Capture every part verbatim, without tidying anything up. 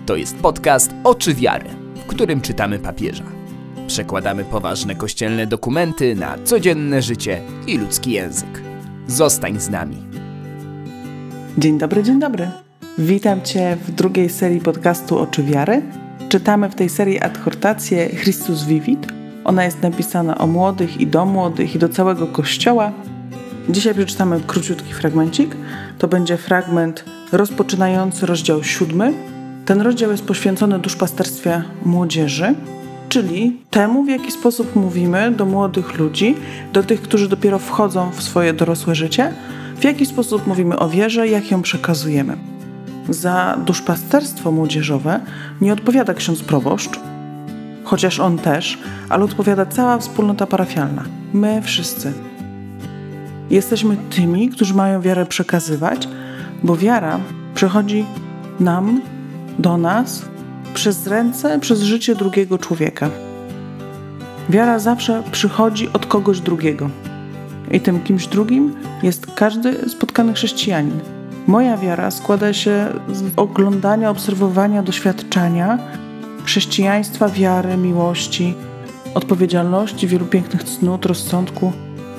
To jest podcast Oczy Wiary, w którym czytamy papieża. Przekładamy poważne kościelne dokumenty na codzienne życie i ludzki język. Zostań z nami. Dzień dobry, dzień dobry. Witam Cię w drugiej serii podcastu Oczy Wiary. Czytamy w tej serii adhortację Christus Vivit. Ona jest napisana o młodych i do młodych i do całego Kościoła. Dzisiaj przeczytamy króciutki fragmencik. To będzie fragment rozpoczynający rozdział siódmy. Ten rozdział jest poświęcony duszpasterstwie młodzieży, czyli temu, w jaki sposób mówimy do młodych ludzi, do tych, którzy dopiero wchodzą w swoje dorosłe życie, w jaki sposób mówimy o wierze, jak ją przekazujemy. Za duszpasterstwo młodzieżowe nie odpowiada ksiądz proboszcz, chociaż on też, ale odpowiada cała wspólnota parafialna. My wszyscy. Jesteśmy tymi, którzy mają wiarę przekazywać, bo wiara przechodzi nam, do nas, przez ręce, przez życie drugiego człowieka. Wiara zawsze przychodzi od kogoś drugiego. I tym kimś drugim jest każdy spotkany chrześcijanin. Moja wiara składa się z oglądania, obserwowania, doświadczania chrześcijaństwa, wiary, miłości, odpowiedzialności, wielu pięknych cnót, rozsądku,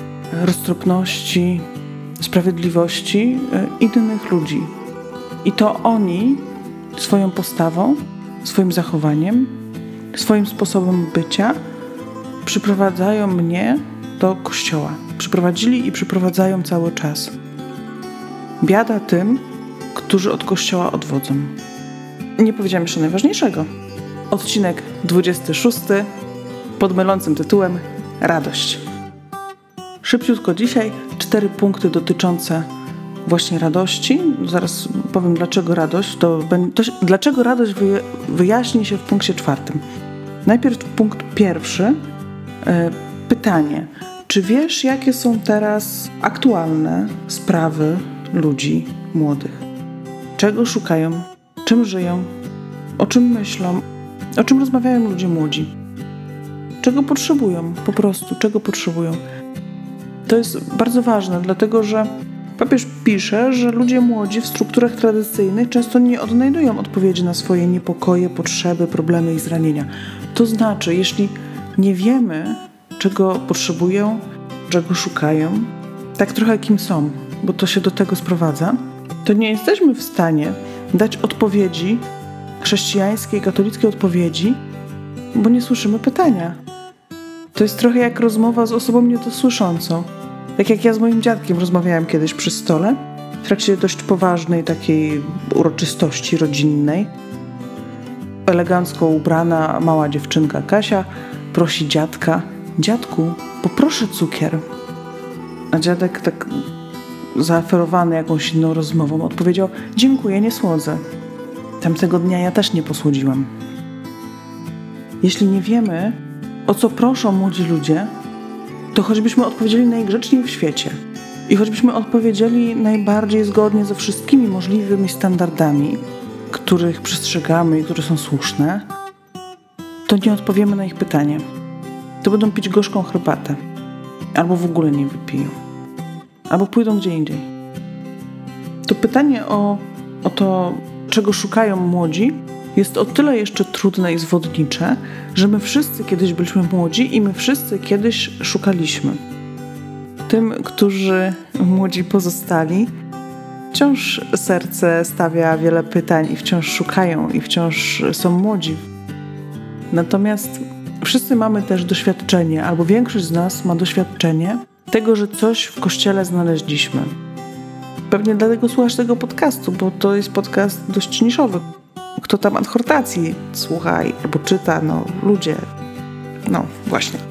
roztropności, sprawiedliwości innych ludzi. I to oni swoją postawą, swoim zachowaniem, swoim sposobem bycia przyprowadzają mnie do Kościoła. Przyprowadzili i przyprowadzają cały czas. Biada tym, którzy od Kościoła odwodzą. Nie powiedziałam jeszcze najważniejszego. Odcinek dwudziesty szósty pod mylącym tytułem Radość. Szybciutko dzisiaj cztery punkty dotyczące właśnie radości. Zaraz powiem, dlaczego radość. To, to, dlaczego radość wyja, wyjaśni się w punkcie czwartym. Najpierw punkt pierwszy. E, pytanie. Czy wiesz, jakie są teraz aktualne sprawy ludzi młodych? Czego szukają? Czym żyją? O czym myślą? O czym rozmawiają ludzie młodzi? Czego potrzebują? Po prostu, czego potrzebują? To jest bardzo ważne, dlatego że papież pisze, że ludzie młodzi w strukturach tradycyjnych często nie odnajdują odpowiedzi na swoje niepokoje, potrzeby, problemy i zranienia. To znaczy, jeśli nie wiemy, czego potrzebują, czego szukają, tak trochę kim są, bo to się do tego sprowadza, to nie jesteśmy w stanie dać odpowiedzi, chrześcijańskiej, katolickiej odpowiedzi, bo nie słyszymy pytania. To jest trochę jak rozmowa z osobą niedosłyszącą. Tak jak ja z moim dziadkiem rozmawiałam kiedyś przy stole, w trakcie dość poważnej takiej uroczystości rodzinnej. Elegancko ubrana mała dziewczynka Kasia prosi dziadka: dziadku, poproszę cukier. A dziadek tak zaaferowany jakąś inną rozmową odpowiedział: dziękuję, nie słodzę. Tamtego dnia ja też nie posłodziłam. Jeśli nie wiemy, o co proszą młodzi ludzie, to choćbyśmy odpowiedzieli najgrzeczniej w świecie i choćbyśmy odpowiedzieli najbardziej zgodnie ze wszystkimi możliwymi standardami, których przestrzegamy i które są słuszne, to nie odpowiemy na ich pytanie. To będą pić gorzką herbatę. Albo w ogóle nie wypiją. Albo pójdą gdzie indziej. To pytanie o, o to, czego szukają młodzi, jest o tyle jeszcze trudne i zwodnicze, że my wszyscy kiedyś byliśmy młodzi i my wszyscy kiedyś szukaliśmy. Tym, którzy młodzi pozostali, wciąż serce stawia wiele pytań i wciąż szukają i wciąż są młodzi. Natomiast wszyscy mamy też doświadczenie, albo większość z nas ma doświadczenie tego, że coś w Kościele znaleźliśmy. Pewnie dlatego słuchasz tego podcastu, bo to jest podcast dość niszowy. Kto tam adhortacji słucha albo czyta, no ludzie, no właśnie.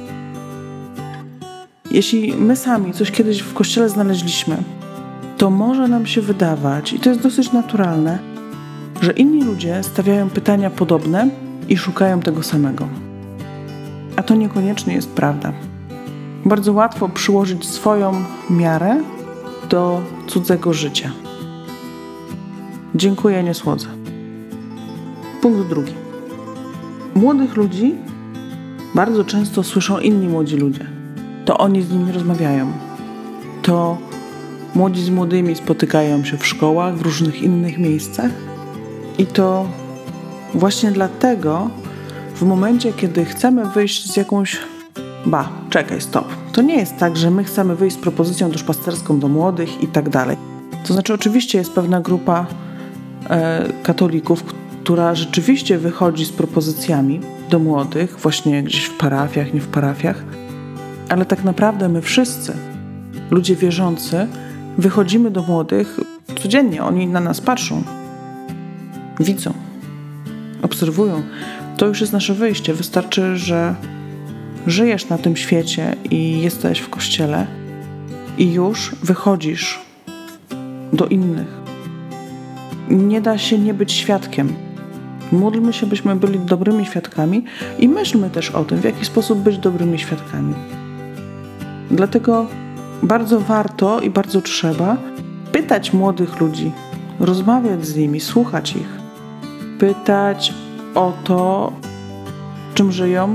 Jeśli my sami coś kiedyś w Kościele znaleźliśmy, to może nam się wydawać, i to jest dosyć naturalne, że inni ludzie stawiają pytania podobne i szukają tego samego. A to niekoniecznie jest prawda. Bardzo łatwo przyłożyć swoją miarę do cudzego życia. Dziękuję, nie słodzę. Punkt drugi. Młodych ludzi bardzo często słyszą inni młodzi ludzie. To oni z nimi rozmawiają. To młodzi z młodymi spotykają się w szkołach, w różnych innych miejscach i to Właśnie dlatego w momencie, kiedy chcemy wyjść z jakąś... Ba, czekaj, stop. To nie jest tak, że my chcemy wyjść z propozycją duszpasterską do młodych i tak dalej. To znaczy oczywiście jest pewna grupa e, katolików, która rzeczywiście wychodzi z propozycjami do młodych, właśnie gdzieś w parafiach, nie w parafiach, ale tak naprawdę my wszyscy, ludzie wierzący, wychodzimy do młodych codziennie. Oni na nas patrzą, widzą, obserwują. To już jest nasze wyjście. Wystarczy, że żyjesz na tym świecie i jesteś w kościele i już wychodzisz do innych. Nie da się nie być świadkiem. Módlmy się, byśmy byli dobrymi świadkami i myślmy też o tym, w jaki sposób być dobrymi świadkami. Dlatego bardzo warto i bardzo trzeba pytać młodych ludzi, rozmawiać z nimi, słuchać ich, pytać o to, czym żyją,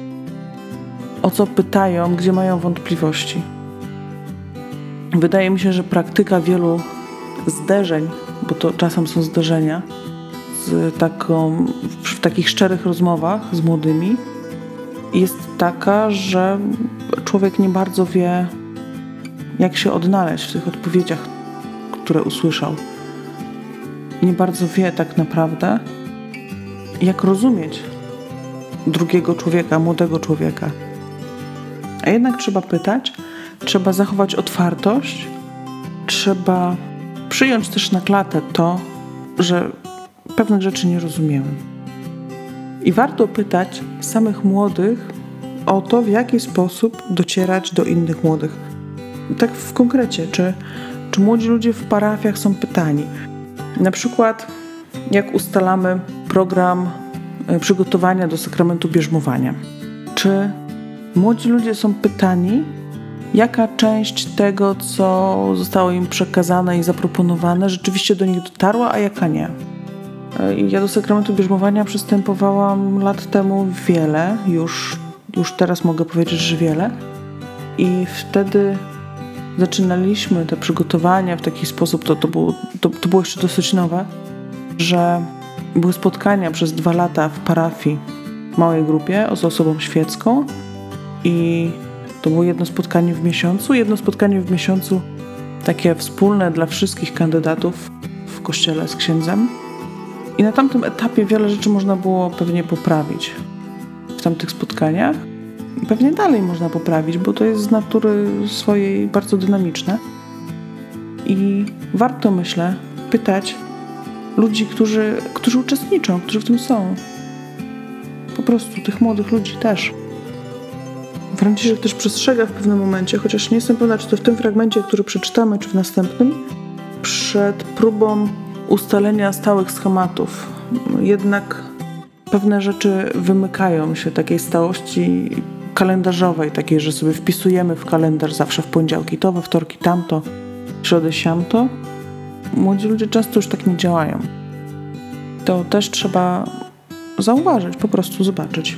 o co pytają, gdzie mają wątpliwości. Wydaje mi się, że praktyka wielu zderzeń, bo to czasem są zderzenia, z taką, w takich szczerych rozmowach z młodymi, jest taka, że człowiek nie bardzo wie, jak się odnaleźć w tych odpowiedziach, które usłyszał. Nie bardzo wie tak naprawdę, jak rozumieć drugiego człowieka, młodego człowieka. A jednak trzeba pytać, trzeba zachować otwartość, trzeba przyjąć też na klatę to, że pewnych rzeczy nie rozumiemy. I warto pytać samych młodych o to, w jaki sposób docierać do innych młodych. Tak w konkrecie, czy, czy młodzi ludzie w parafiach są pytani. Na przykład, jak ustalamy program przygotowania do sakramentu bierzmowania. Czy młodzi ludzie są pytani, jaka część tego, co zostało im przekazane i zaproponowane, rzeczywiście do nich dotarła, a jaka nie. Ja do sakramentu bierzmowania przystępowałam lat temu wiele, już, już teraz mogę powiedzieć, że wiele. I wtedy zaczynaliśmy te przygotowania w taki sposób, to, to, było, to, to było jeszcze dosyć nowe, że były spotkania przez dwa lata w parafii w małej grupie z osobą świecką i to było jedno spotkanie w miesiącu, jedno spotkanie w miesiącu takie wspólne dla wszystkich kandydatów w kościele z księdzem. I na tamtym etapie wiele rzeczy można było pewnie poprawić w tamtych spotkaniach. I pewnie dalej można poprawić, bo to jest z natury swojej bardzo dynamiczne. I warto, myślę, pytać ludzi, którzy, którzy uczestniczą, którzy w tym są. Po prostu tych młodych ludzi też. Franciszek też przestrzega w pewnym momencie, chociaż nie jestem pewna, czy to w tym fragmencie, który przeczytamy, czy w następnym, przed próbą ustalenia stałych schematów. Jednak pewne rzeczy wymykają się takiej stałości kalendarzowej, takiej, że sobie wpisujemy w kalendarz zawsze w poniedziałki to, we wtorki tamto, w środę siamto. Młodzi ludzie często już tak nie działają. To też trzeba zauważyć, po prostu zobaczyć.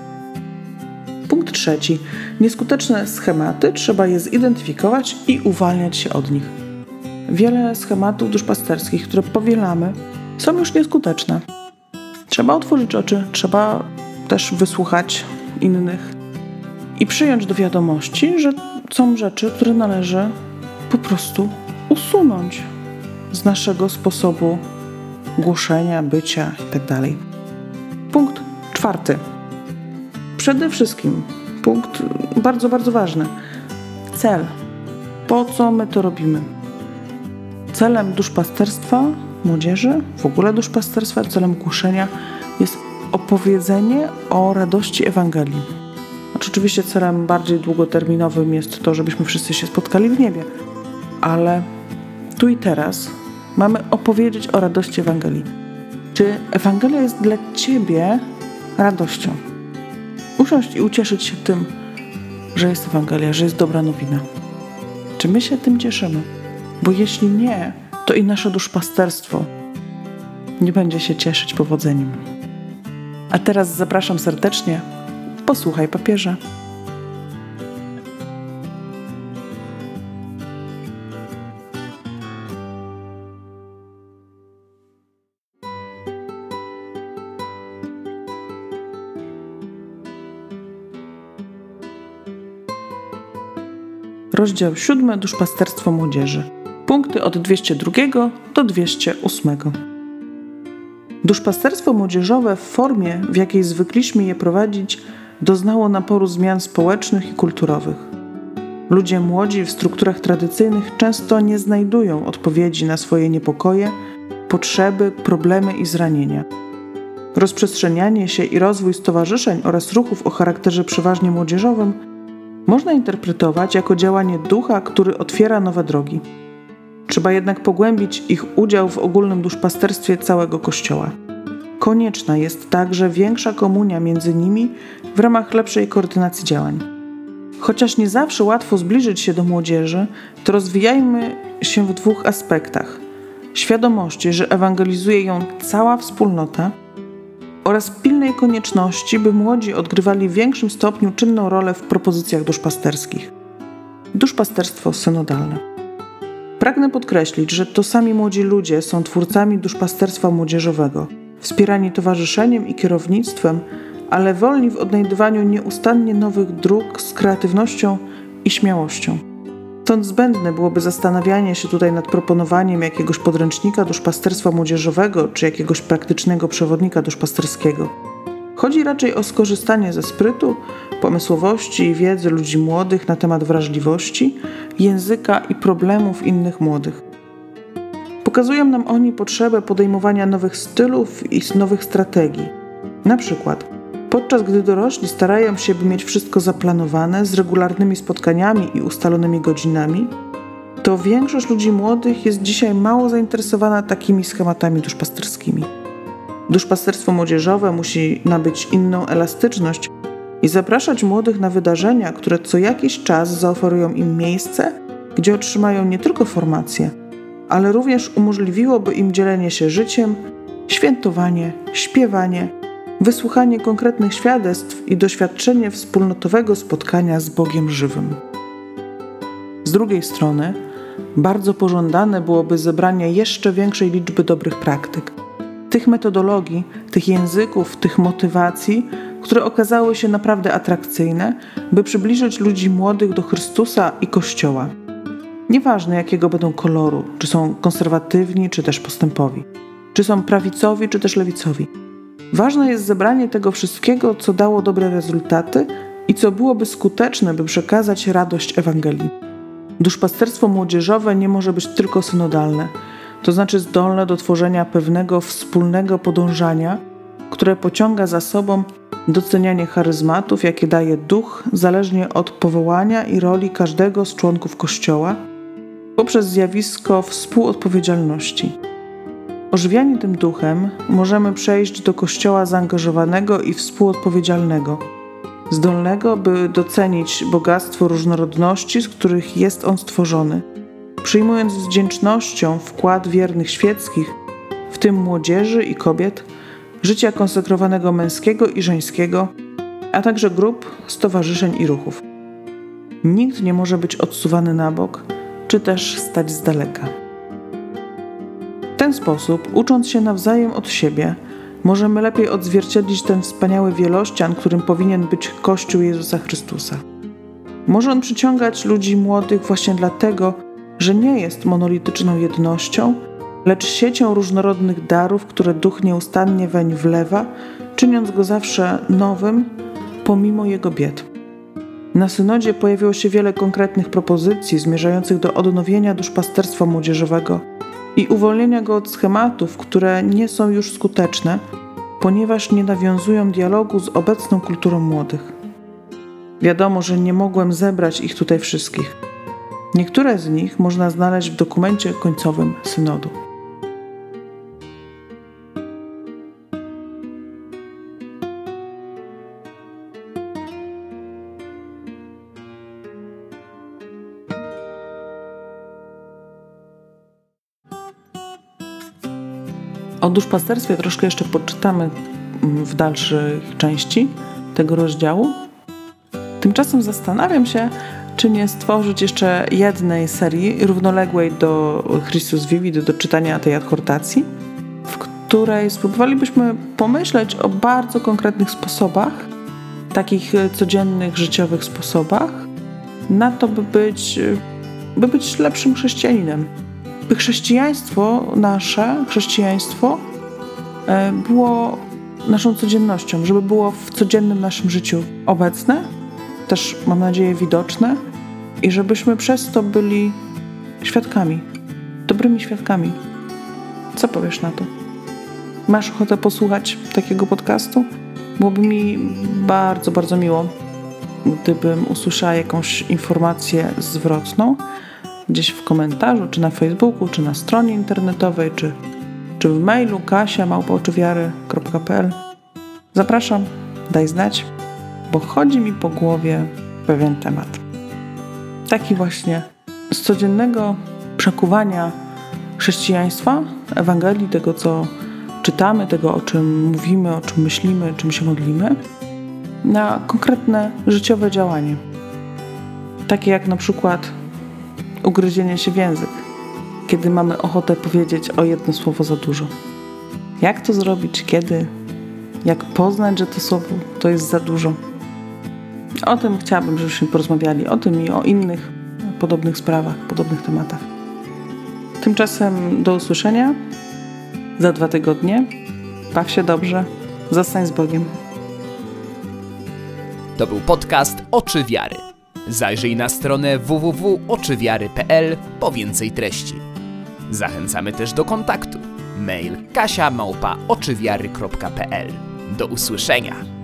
Punkt trzeci. Nieskuteczne schematy, trzeba je zidentyfikować i uwalniać się od nich. Wiele schematów duszpasterskich, które powielamy, są już nieskuteczne. Trzeba otworzyć oczy, trzeba też wysłuchać innych i przyjąć do wiadomości, że są rzeczy, które należy po prostu usunąć z naszego sposobu głoszenia, bycia itd. Punkt czwarty. Przede wszystkim punkt bardzo, bardzo ważny. Cel. Po co my to robimy? Celem duszpasterstwa młodzieży, w ogóle duszpasterstwa, celem głoszenia jest opowiedzenie o radości Ewangelii. Znaczy, oczywiście celem bardziej długoterminowym jest to, żebyśmy wszyscy się spotkali w niebie, ale tu i teraz mamy opowiedzieć o radości Ewangelii. Czy Ewangelia jest dla Ciebie radością? Usiąść i ucieszyć się tym, że jest Ewangelia, że jest dobra nowina. Czy my się tym cieszymy? Bo jeśli nie, to i nasze duszpasterstwo nie będzie się cieszyć powodzeniem. A teraz zapraszam serdecznie, posłuchaj papieża. rozdział siódmy, duszpasterstwo młodzieży. Punkty od dwieście dwa do dwieście osiem. Duszpasterstwo młodzieżowe w formie, w jakiej zwykliśmy je prowadzić, doznało naporu zmian społecznych i kulturowych. Ludzie młodzi w strukturach tradycyjnych często nie znajdują odpowiedzi na swoje niepokoje, potrzeby, problemy i zranienia. Rozprzestrzenianie się i rozwój stowarzyszeń oraz ruchów o charakterze przeważnie młodzieżowym można interpretować jako działanie ducha, który otwiera nowe drogi. Trzeba jednak pogłębić ich udział w ogólnym duszpasterstwie całego Kościoła. Konieczna jest także większa komunia między nimi w ramach lepszej koordynacji działań. Chociaż nie zawsze łatwo zbliżyć się do młodzieży, to rozwijajmy się w dwóch aspektach. Świadomości, że ewangelizuje ją cała wspólnota oraz pilnej konieczności, by młodzi odgrywali w większym stopniu czynną rolę w propozycjach duszpasterskich. Duszpasterstwo synodalne. Pragnę podkreślić, że to sami młodzi ludzie są twórcami duszpasterstwa młodzieżowego, wspierani towarzyszeniem i kierownictwem, ale wolni w odnajdywaniu nieustannie nowych dróg z kreatywnością i śmiałością. Stąd zbędne byłoby zastanawianie się tutaj nad proponowaniem jakiegoś podręcznika duszpasterstwa młodzieżowego czy jakiegoś praktycznego przewodnika duszpasterskiego. Chodzi raczej o skorzystanie ze sprytu, pomysłowości i wiedzy ludzi młodych na temat wrażliwości, języka i problemów innych młodych. Pokazują nam oni potrzebę podejmowania nowych stylów i nowych strategii. Na przykład, podczas gdy dorośli starają się, by mieć wszystko zaplanowane z regularnymi spotkaniami i ustalonymi godzinami, to większość ludzi młodych jest dzisiaj mało zainteresowana takimi schematami duszpasterskimi. Duszpasterstwo młodzieżowe musi nabyć inną elastyczność i zapraszać młodych na wydarzenia, które co jakiś czas zaoferują im miejsce, gdzie otrzymają nie tylko formację, ale również umożliwiłoby im dzielenie się życiem, świętowanie, śpiewanie, wysłuchanie konkretnych świadectw i doświadczenie wspólnotowego spotkania z Bogiem żywym. Z drugiej strony, bardzo pożądane byłoby zebranie jeszcze większej liczby dobrych praktyk, tych metodologii, tych języków, tych motywacji, które okazały się naprawdę atrakcyjne, by przybliżyć ludzi młodych do Chrystusa i Kościoła. Nieważne jakiego będą koloru, czy są konserwatywni, czy też postępowi, czy są prawicowi, czy też lewicowi. Ważne jest zebranie tego wszystkiego, co dało dobre rezultaty i co byłoby skuteczne, by przekazać radość Ewangelii. Duszpasterstwo młodzieżowe nie może być tylko synodalne, to znaczy zdolne do tworzenia pewnego wspólnego podążania, które pociąga za sobą docenianie charyzmatów, jakie daje Duch, zależnie od powołania i roli każdego z członków Kościoła, poprzez zjawisko współodpowiedzialności. Ożywiani tym duchem możemy przejść do Kościoła zaangażowanego i współodpowiedzialnego, zdolnego, by docenić bogactwo różnorodności, z których jest on stworzony, przyjmując z wdzięcznością wkład wiernych świeckich, w tym młodzieży i kobiet, życia konsekrowanego męskiego i żeńskiego, a także grup, stowarzyszeń i ruchów. Nikt nie może być odsuwany na bok, czy też stać z daleka. W ten sposób, ucząc się nawzajem od siebie, możemy lepiej odzwierciedlić ten wspaniały wielościan, którym powinien być Kościół Jezusa Chrystusa. Może on przyciągać ludzi młodych właśnie dlatego, że nie jest monolityczną jednością, lecz siecią różnorodnych darów, które Duch nieustannie weń wlewa, czyniąc go zawsze nowym, pomimo jego bied. Na synodzie pojawiło się wiele konkretnych propozycji zmierzających do odnowienia duszpasterstwa młodzieżowego i uwolnienia go od schematów, które nie są już skuteczne, ponieważ nie nawiązują dialogu z obecną kulturą młodych. Wiadomo, że nie mogłem zebrać ich tutaj wszystkich. Niektóre z nich można znaleźć w dokumencie końcowym synodu. O duszpasterstwie troszkę jeszcze poczytamy w dalszych części tego rozdziału. Tymczasem zastanawiam się, czy nie stworzyć jeszcze jednej serii równoległej do Christus Vivit, do czytania tej adhortacji, w której spróbowalibyśmy pomyśleć o bardzo konkretnych sposobach, takich codziennych, życiowych sposobach, na to, by być, by być lepszym chrześcijaninem. By chrześcijaństwo nasze, chrześcijaństwo było naszą codziennością, żeby było w codziennym naszym życiu obecne, też mam nadzieję widoczne i żebyśmy przez to byli świadkami, dobrymi świadkami. Co powiesz na to? Masz ochotę posłuchać takiego podcastu? Byłoby mi bardzo, bardzo miło, gdybym usłyszała jakąś informację zwrotną gdzieś w komentarzu, czy na Facebooku, czy na stronie internetowej, czy, czy w mailu kasia małpa oczywiary kropka p l. Zapraszam, daj znać, bo chodzi mi po głowie pewien temat. Taki właśnie z codziennego przekuwania chrześcijaństwa, Ewangelii, tego co czytamy, tego o czym mówimy, o czym myślimy, czym się modlimy, na konkretne życiowe działanie. Takie jak na przykład ugryzienie się w język, kiedy mamy ochotę powiedzieć o jedno słowo za dużo. Jak to zrobić, kiedy, jak poznać, że to słowo to jest za dużo. O tym chciałabym, żebyśmy porozmawiali, o tym i o innych podobnych sprawach, podobnych tematach. Tymczasem do usłyszenia za dwa tygodnie. Baw się dobrze. Zostań z Bogiem. To był podcast Oczy Wiary. Zajrzyj na stronę w w w kropka oczywiary kropka p l po więcej treści. Zachęcamy też do kontaktu. Mail kasia małpa oczywiary kropka p l. Do usłyszenia.